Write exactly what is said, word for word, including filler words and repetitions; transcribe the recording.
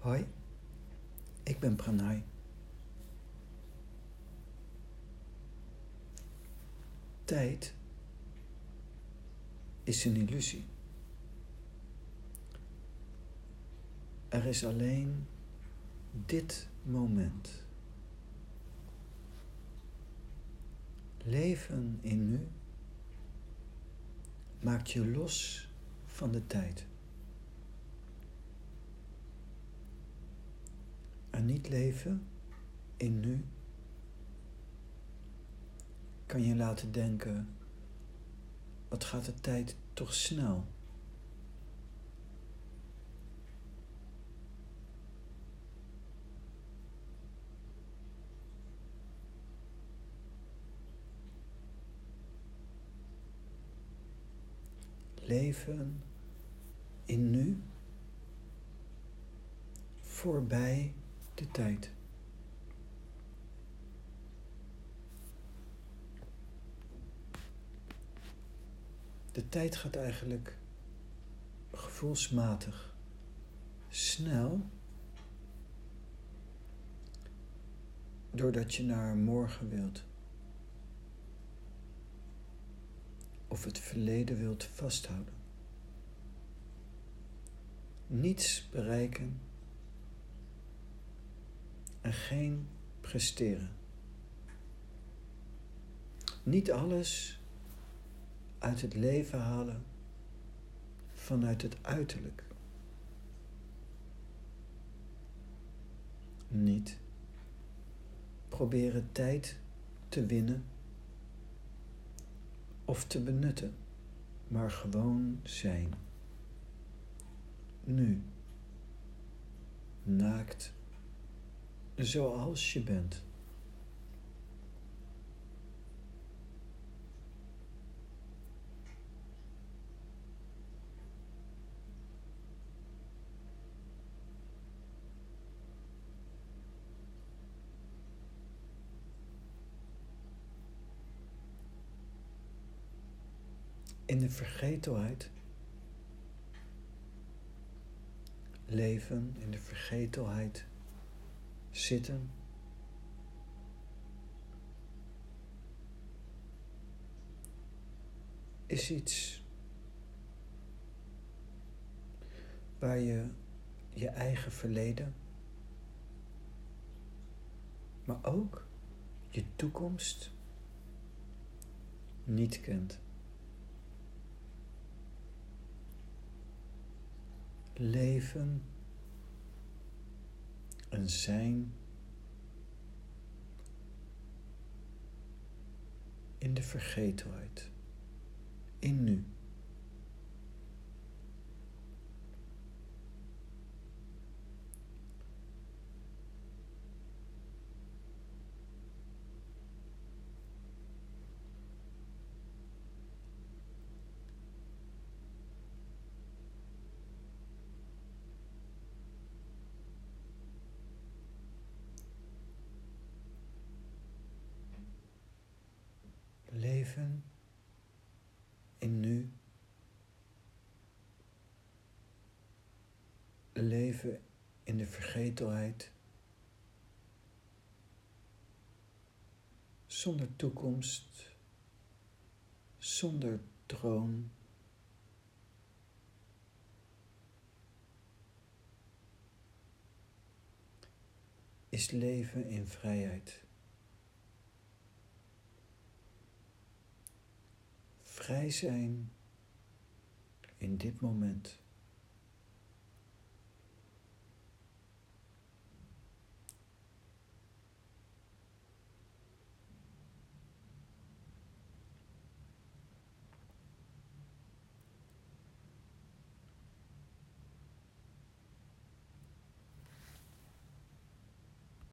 Hoi, ik ben Pranay. Tijd is een illusie. Er is alleen dit moment. Leven in nu maakt je los van de tijd. En niet leven in nu kan je laten denken, wat gaat de tijd toch snel? Leven in nu, voorbij de tijd. De tijd gaat eigenlijk gevoelsmatig snel, doordat je naar morgen wilt. Of het verleden wilt vasthouden. Niets bereiken en geen presteren. Niet alles uit het leven halen vanuit het uiterlijk. Niet proberen tijd te winnen of te benutten, maar gewoon zijn. Nu, naakt, zoals je bent. In de vergetelheid, leven in de vergetelheid, zitten, is iets waar je je eigen verleden, maar ook je toekomst niet kent. Leven en zijn in de vergetelheid, in nu. Leven in nu. Leven in de vergetelheid. Zonder toekomst. Zonder droom. Is leven in vrijheid. Vrij zijn in dit moment.